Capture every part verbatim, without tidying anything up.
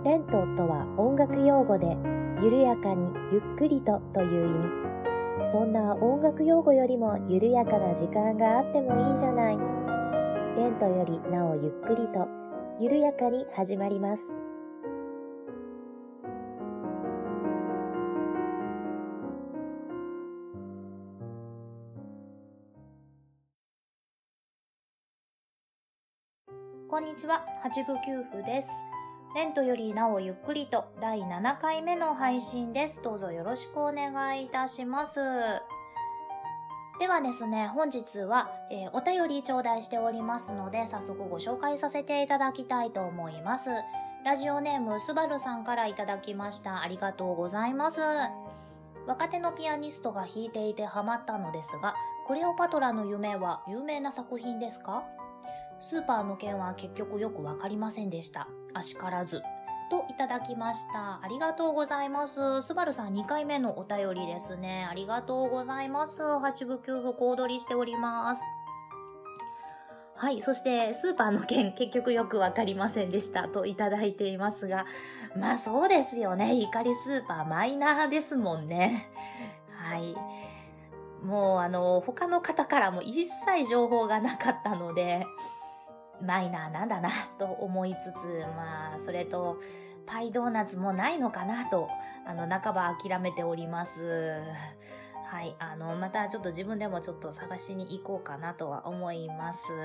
レントとは音楽用語で、緩やかにゆっくりとという意味。そんな音楽用語よりも緩やかな時間があってもいいじゃない。レントよりなおゆっくりと、緩やかに始まります。こんにちは、八部九夫です。レントよりなおゆっくりとだいななかいめの配信です。どうぞよろしくお願いいたします。ではですね、本日は、えー、お便り頂戴しておりますので、早速ご紹介させていただきたいと思います。ラジオネームすばるさんからいただきました。ありがとうございます。若手のピアニストが弾いていてハマったのですが、クレオパトラの夢は有名な作品ですか？スーパーの件は結局よくわかりませんでした。あしからず。といただきました。ありがとうございます。すばるさんにかいめのお便りですね。ありがとうございます。八部九夫小躍りしております。はい。そして、スーパーの件結局よくわかりませんでしたといただいていますが、まあそうですよね。怒りスーパーマイナーですもんね。はい。もうあの、他の方からも一切情報がなかったので、マイナーなんだなと思いつつ、まあそれとパイドーナツもないのかなとあの半ば諦めております。はい、あのまたちょっと自分でもちょっと探しに行こうかなとは思います。はい。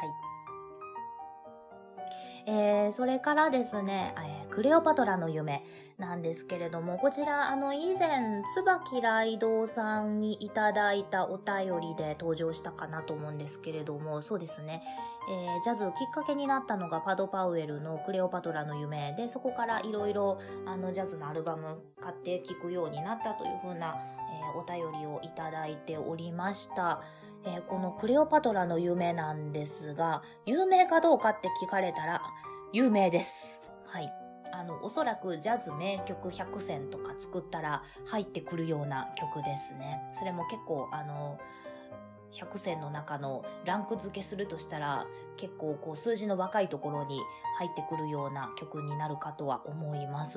えー、それからですね、えー、クレオパトラの夢なんですけれども、こちらあの以前椿ライドさんにいただいたお便りで登場したかなと思うんですけれども、そうですね、えー、ジャズきっかけになったのがパド・パウエルのクレオパトラの夢で、そこからいろいろあのジャズのアルバム買って聴くようになったというふうな、えー、お便りをいただいておりました。えー、このクレオパトラの夢なんですが、有名かどうかって聞かれたら有名です。はい。あのおそらくジャズ名曲ひゃくせんとか作ったら入ってくるような曲ですね。それも結構あのひゃくせんの中のランク付けするとしたら結構こう数字の若いところに入ってくるような曲になるかとは思います。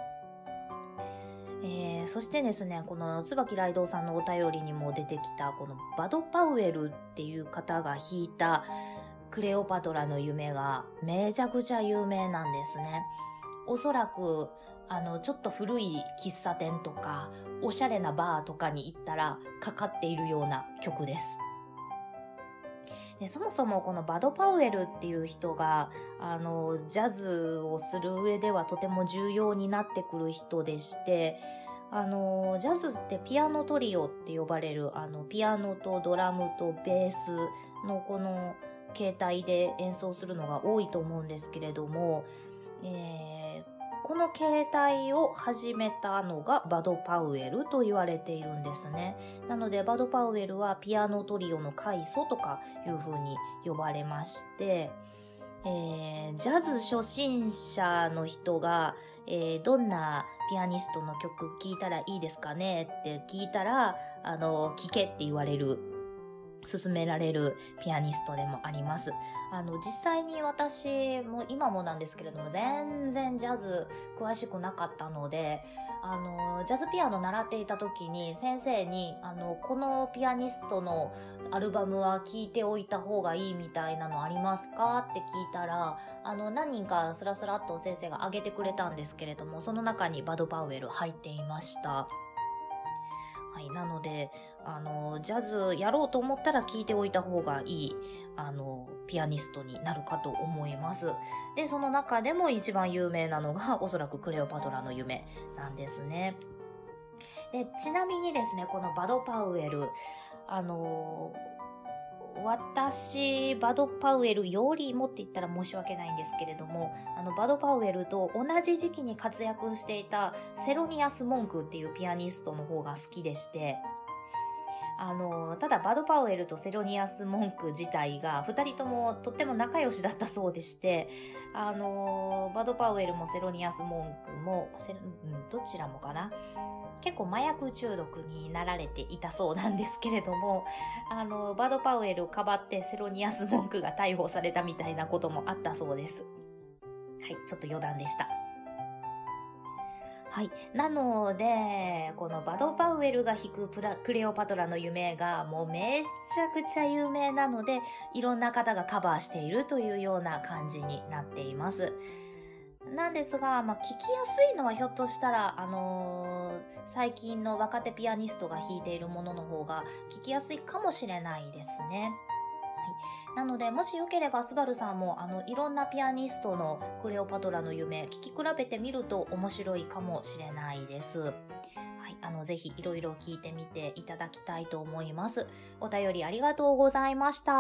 えー、そしてですね、この椿ライドウさんのお便りにも出てきたこのバド・パウエルっていう方が弾いたクレオパトラの夢がめちゃくちゃ有名なんですね。おそらくあのちょっと古い喫茶店とかおしゃれなバーとかに行ったらかかっているような曲です。でそもそもこのバド・パウエルっていう人があのジャズをする上ではとても重要になってくる人でして、あのジャズってピアノトリオって呼ばれるあのピアノとドラムとベースのこの形態で演奏するのが多いと思うんですけれども、えー、この形態を始めたのがバド・パウエルと言われているんですね。なのでバド・パウエルはピアノトリオの開祖とかいう風に呼ばれまして、えー、ジャズ初心者の人が、えー、どんなピアニストの曲聴いたらいいですかねって聞いたら、あの聴けって言われる、勧められるピアニストでもあります。あの実際に私も今もなんですけれども全然ジャズ詳しくなかったので、あのジャズピアノ習っていた時に先生にあのこのピアニストのアルバムは聴いておいた方がいいみたいなのありますかって聞いたら、あの何人かスラスラっと先生が挙げてくれたんですけれども、その中にバド・パウエル入っていました。はい、なのであのジャズやろうと思ったら聴いておいた方がいいあのピアニストになるかと思います。でその中でも一番有名なのがおそらくクレオパトラの夢なんですね。でちなみにですね、このバド・パウエル、あの私バド・パウエルよりもって言ったら申し訳ないんですけれども、あのバド・パウエルと同じ時期に活躍していたセロニアス・モンクっていうピアニストの方が好きでして、あのただバド・パウエルとセロニアス・モンク自体がふたりともとっても仲良しだったそうでして、あのバド・パウエルもセロニアス・モンクもセロ、うん、どちらもかな、結構麻薬中毒になられていたそうなんですけれども、あのバド・パウエルをかばってセロニアス・モンクが逮捕されたみたいなこともあったそうです。はい、ちょっと余談でした。 はい。なので、このバド・パウエルが弾くプラクレオパトラの夢がもうめちゃくちゃ有名なので、いろんな方がカバーしているというような感じになっています。なんですが、まあ、聞きやすいのはひょっとしたら、あのー最近の若手ピアニストが弾いているものの方が聞きやすいかもしれないですね。はい、なので、もしよければスバルさんもあのいろんなピアニストのクレオパトラの夢聞き比べてみると面白いかもしれないです。はい、あのぜひいろいろ聞いてみていただきたいと思います。お便りありがとうございました。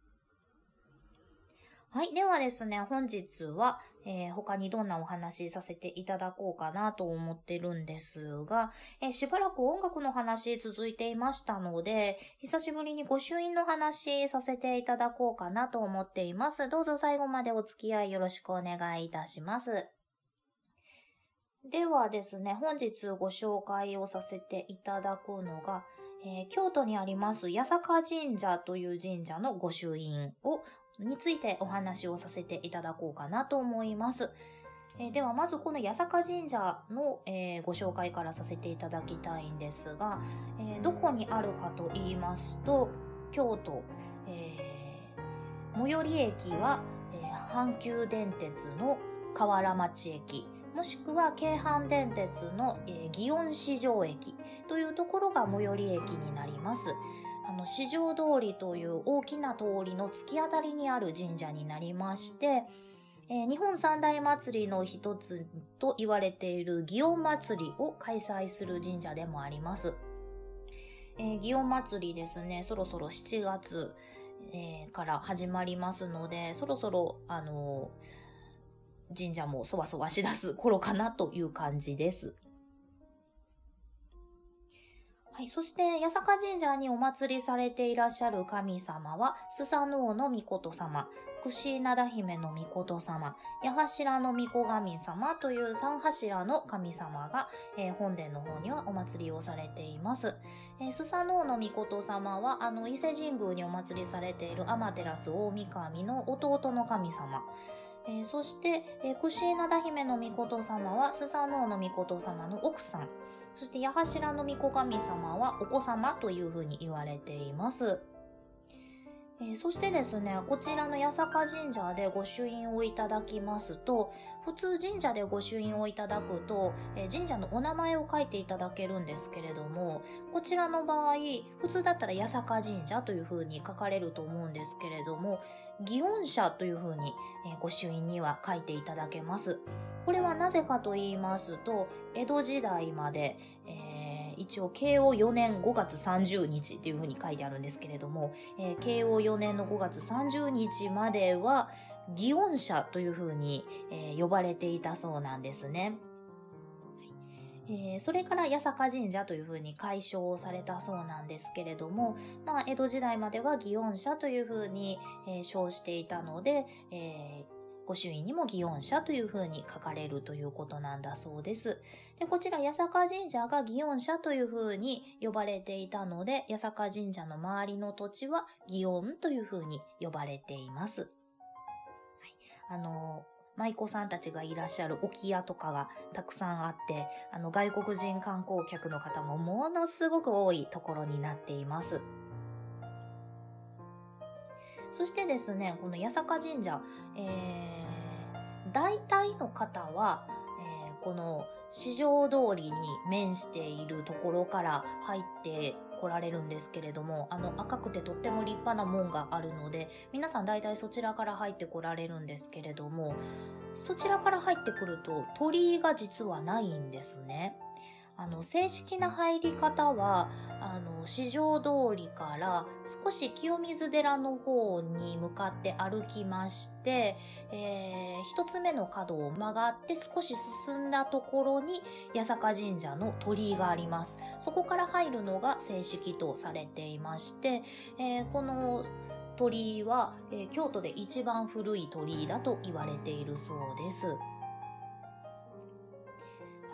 はい。ではですね、本日は、えー他にどんなお話しさせていただこうかなと思ってるんですが、えーしばらく音楽の話続いていましたので、久しぶりに御朱印の話させていただこうかなと思っています。どうぞ最後までお付き合いよろしくお願いいたします。ではですね、本日ご紹介をさせていただくのが、えー京都にあります八坂神社という神社の御朱印をについてお話をさせていただこうかなと思います。えーではまずこの八坂神社の、えーご紹介からさせていただきたいんですが、えーどこにあるかと言いますと、京都、えー最寄り駅は、えー阪急電鉄の河原町駅、もしくは京阪電鉄の、えー祇園四条駅というところが最寄り駅になります。あの四条通りという大きな通りの突き当たりにある神社になりまして、えー日本三大祭りの一つと言われている祇園祭りを開催する神社でもあります。えー祇園祭りですね、そろそろしちがつ、えーから始まりますので、そろそろあのー神社もそわそわしだす頃かなという感じです。はい、そして八坂神社にお祭りされていらっしゃる神様はスサノオノミコト様、櫛灘姫のミコト様、八柱の巫女神様という三柱の神様が、えー本殿の方にはお祭りをされています。えースサノオノミコト様はあの伊勢神宮にお祭りされている天照大神の弟の神様。えーそして、えー、櫛灘姫の御事様はスサノオノミコト様の奥さん。そして八柱の御子神様はお子様というふうに言われています。えーそしてですね、こちらの八坂神社で御朱印をいただきますと、普通神社で御朱印をいただくと、えー神社のお名前を書いていただけるんですけれども、こちらの場合、普通だったら八坂神社というふうに書かれると思うんですけれども、祇園社というふうに、えー御朱印には書いていただけます。これはなぜかと言いますと、江戸時代まで、えー一応慶応よねんごがつさんじゅうにちというふうに書いてあるんですけれども、えー慶応よねんのごがつさんじゅうにちまでは祇園社というふうに、えー呼ばれていたそうなんですね。えーそれから八坂神社というふうに改称されたそうなんですけれども、まあ、江戸時代までは祇園社というふうに、えー称していたので、えー御朱印にも祇園社というふうに書かれるということなんだそうです。で、こちら八坂神社が祇園社というふうに呼ばれていたので、八坂神社の周りの土地は祇園というふうに呼ばれています。はい、あの舞妓さんたちがいらっしゃる置屋とかがたくさんあって、あの外国人観光客の方もものすごく多いところになっています。そしてですね、この八坂神社、えー、大体の方は、えーこの四条通りに面しているところから入って来られるんですけれども、あの赤くてとっても立派な門があるので、皆さん大体そちらから入って来られるんですけれども、そちらから入ってくると鳥居が実はないんですね。あの正式な入り方はあの四条通りから少し清水寺の方に向かって歩きまして、えー一つ目の角を曲がって少し進んだところに八坂神社の鳥居があります。そこから入るのが正式とされていまして、えーこの鳥居は、えー京都で一番古い鳥居だと言われているそうです。は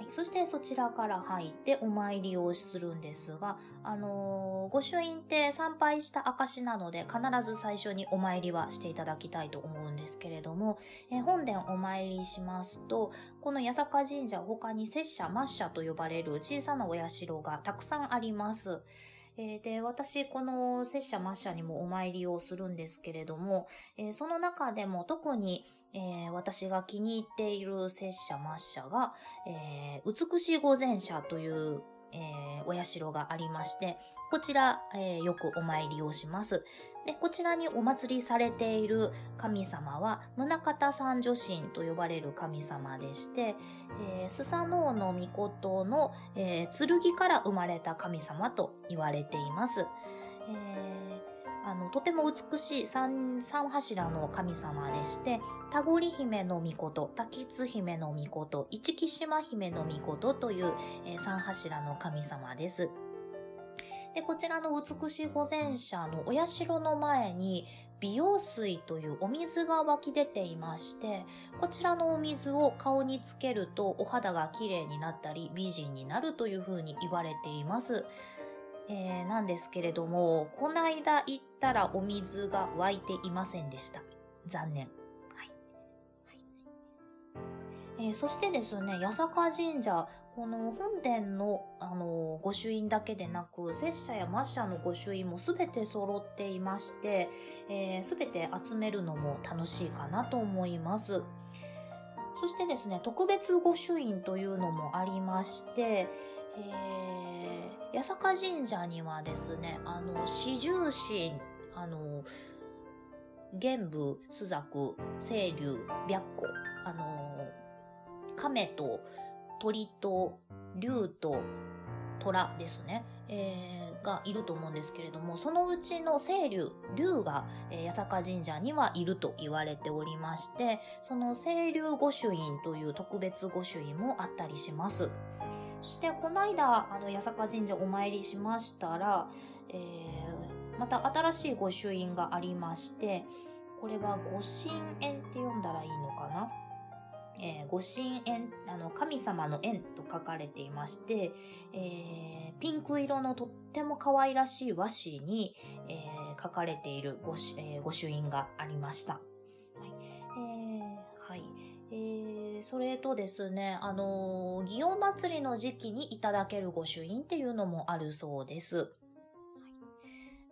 い、そしてそちらから入ってお参りをするんですが、あのー、御朱印って参拝した証なので必ず最初にお参りはしていただきたいと思うんですけれども、えー、本殿お参りしますと、この八坂神社他に摂社末社と呼ばれる小さなお社がたくさんあります。えー、で、私、この摂社末社にもお参りをするんですけれども、えー、その中でも特にえー、私が気に入っている摂社末社が、えー、美し御前社という、えー、お社がありまして、こちら、えー、よくお参りをします。で、こちらにお祭りされている神様は、宗像三女神と呼ばれる神様でして、えー、スサノオノミコトの、えー、剣から生まれた神様と言われています。えーあの、とても美しい三、三柱の神様でして、田堀姫の御事、滝津姫の御事、市木島姫の御事という、えー、三柱の神様です。で、こちらの美しい御前社のお社の前に、美容水というお水が湧き出ていまして、こちらのお水を顔につけるとお肌が綺麗になったり美人になるというふうに言われています。えー、なんですけれども、こないだ行ったらお水が湧いていませんでした。残念。はいはいえー、そしてですね、八坂神社、この本殿の、あのー、御朱印だけでなく、摂社や末社の御朱印もすべて揃っていまして、すべて集めるのも楽しいかなと思います。そしてですね、特別御朱印というのもありまして、えー、八坂神社にはですね、あの、四重神、あの、玄武、朱雀、青龍、白虎、あの、亀と鳥と竜と虎ですね、えー、がいると思うんですけれども、そのうちの青龍、龍が、えー、八坂神社にはいると言われておりまして、その青龍御朱印という特別御朱印もあったりします。そしてこの間あの八坂神社お参りしましたら、えー、また新しい御朱印がありまして、これは御神縁って読んだらいいのかな、えー、御神縁、あの神様の縁と書かれていまして、えー、ピンク色のとっても可愛らしい和紙に、えー、書かれている御、えー、御朱印がありました。はい、えーはいえー、それとですね、あのー、祇園祭りの時期にいただける御朱印っていうのもあるそうです。はい、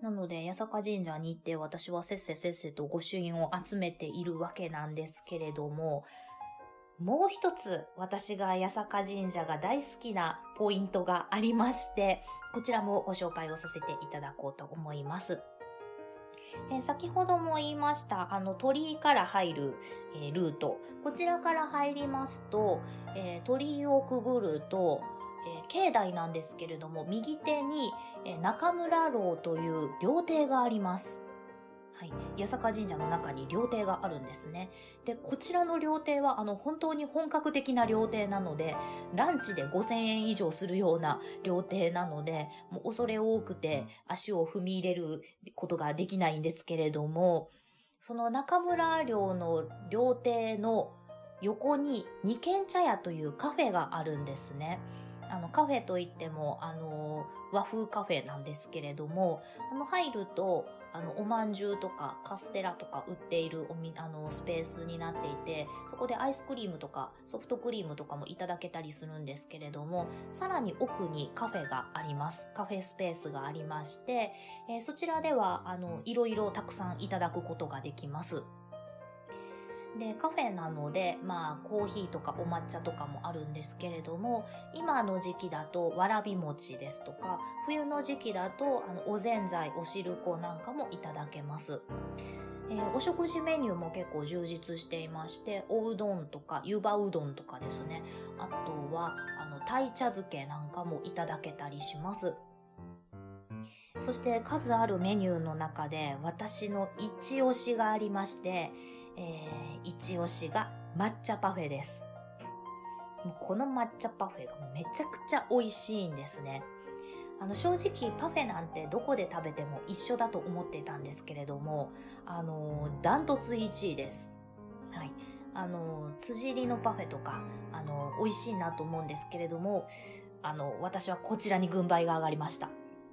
なので、八坂神社に行って私はせっせせっせと御朱印を集めているわけなんですけれども、もう一つ私が八坂神社が大好きなポイントがありまして、こちらもご紹介をさせていただこうと思います。えー、先ほども言いましたあの鳥居から入る、えー、ルート、こちらから入りますと、えー、鳥居をくぐると、えー、境内なんですけれども、右手に、えー、中村楼という料亭があります。はい、八坂神社の中に料亭があるんですね。で、こちらの料亭はあの本当に本格的な料亭なので、ランチでごせんえん以上するような料亭なので、もう恐れ多くて足を踏み入れることができないんですけれども、その中村寮の料亭の横に二軒茶屋というカフェがあるんですね。あのカフェといってもあの和風カフェなんですけれども、あの入るとあのおまんじゅうとかカステラとか売っているおみあのスペースになっていて、そこでアイスクリームとかソフトクリームとかもいただけたりするんですけれども、さらに奥にカフェがあります。カフェスペースがありまして、えー、そちらではあのいろいろたくさんいただくことができます。で、カフェなので、まあ、コーヒーとかお抹茶とかもあるんですけれども、今の時期だとわらび餅ですとか、冬の時期だとあのおぜんざい、お汁粉なんかもいただけます。えー、お食事メニューも結構充実していまして、おうどんとか湯葉うどんとかですね、あとはあの鯛茶漬けなんかもいただけたりします。そして数あるメニューの中で私の一押しがありまして、えー、一押しが抹茶パフェです。もうこの抹茶パフェがめちゃくちゃ美味しいんですね。あの正直パフェなんてどこで食べても一緒だと思っていたんですけれども、あのー、ダントツいちいです。はい。 あの、辻入りのパフェとか、あの、美味しいなと思うんですけれども、あの、私はこちらに軍配が上がりました。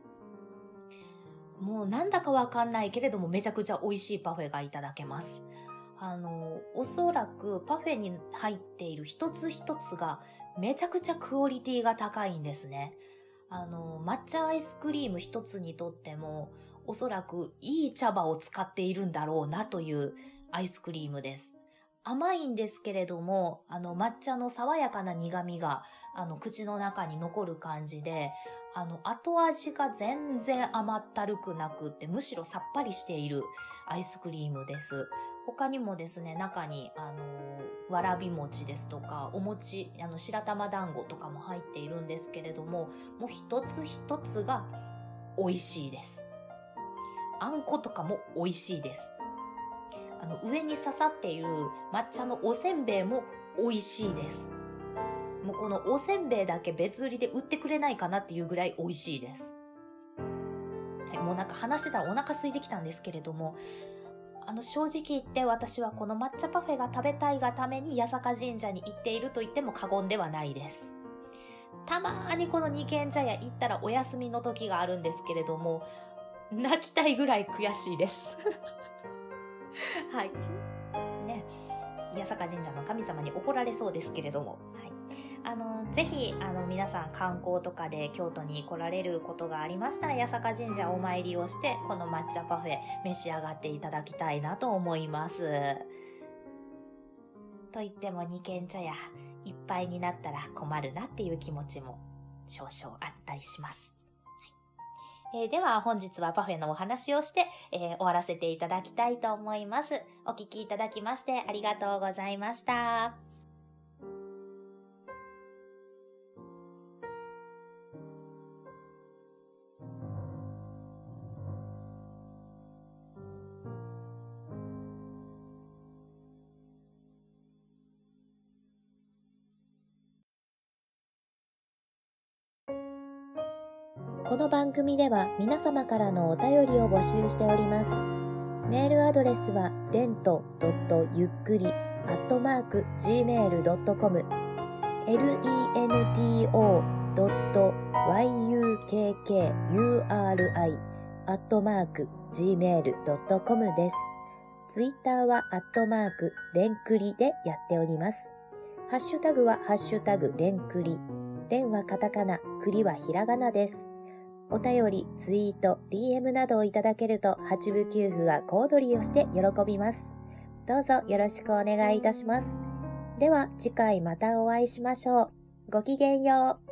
もうなんだかわかんないけれども、めちゃくちゃ美味しいパフェがいただけます。あの、おそらくパフェに入っている一つ一つがめちゃくちゃクオリティが高いんですね。あの、抹茶アイスクリーム一つにとっても、おそらくいい茶葉を使っているんだろうなというアイスクリームです。甘いんですけれども、あの、抹茶の爽やかな苦味が、あの、口の中に残る感じで、あの、後味が全然甘ったるくなくって、むしろさっぱりしているアイスクリームです。他にもですね、中に、あの、わらび餅ですとか、お餅、あの、白玉団子とかも入っているんですけれども、もう一つ一つが美味しいです。あんことかも美味しいです。あの、上に刺さっている抹茶のおせんべいも美味しいです。もうこのおせんべいだけ別売りで売ってくれないかなっていうぐらい美味しいです。はい、もうなんか話してたらお腹空いてきたんですけれども、あの正直言って私はこの抹茶パフェが食べたいがために八坂神社に行っていると言っても過言ではないです。たまーにこの二軒茶屋行ったらお休みの時があるんですけれども、泣きたいぐらい悔しいです。はい。ね。八坂神社の神様に怒られそうですけれども。はい。あの、ぜひ、あの、皆さん観光とかで京都に来られることがありましたら、八坂神社お参りをして、この抹茶パフェ召し上がっていただきたいなと思います。と言っても二軒茶屋いっぱいになったら困るなっていう気持ちも少々あったりします。えー、では本日はパフェのお話をして、えー、終わらせていただきたいと思います。お聞きいただきましてありがとうございました。 この番組では皆様からのお便りを募集しております。メールアドレスはレントドットゆっくりアットマークジーメールドットコム レントドットユックリアットマークジーメールドットコム です。ツイッターはアットマークレンクリでやっております。ハッシュタグはハッシュタグレンクリ。レンはカタカナ、クリはひらがなです。お便り、ツイート、ディーエム などをいただけると八部九夫が小躍りをして喜びます。どうぞよろしくお願いいたします。では次回またお会いしましょう。ごきげんよう。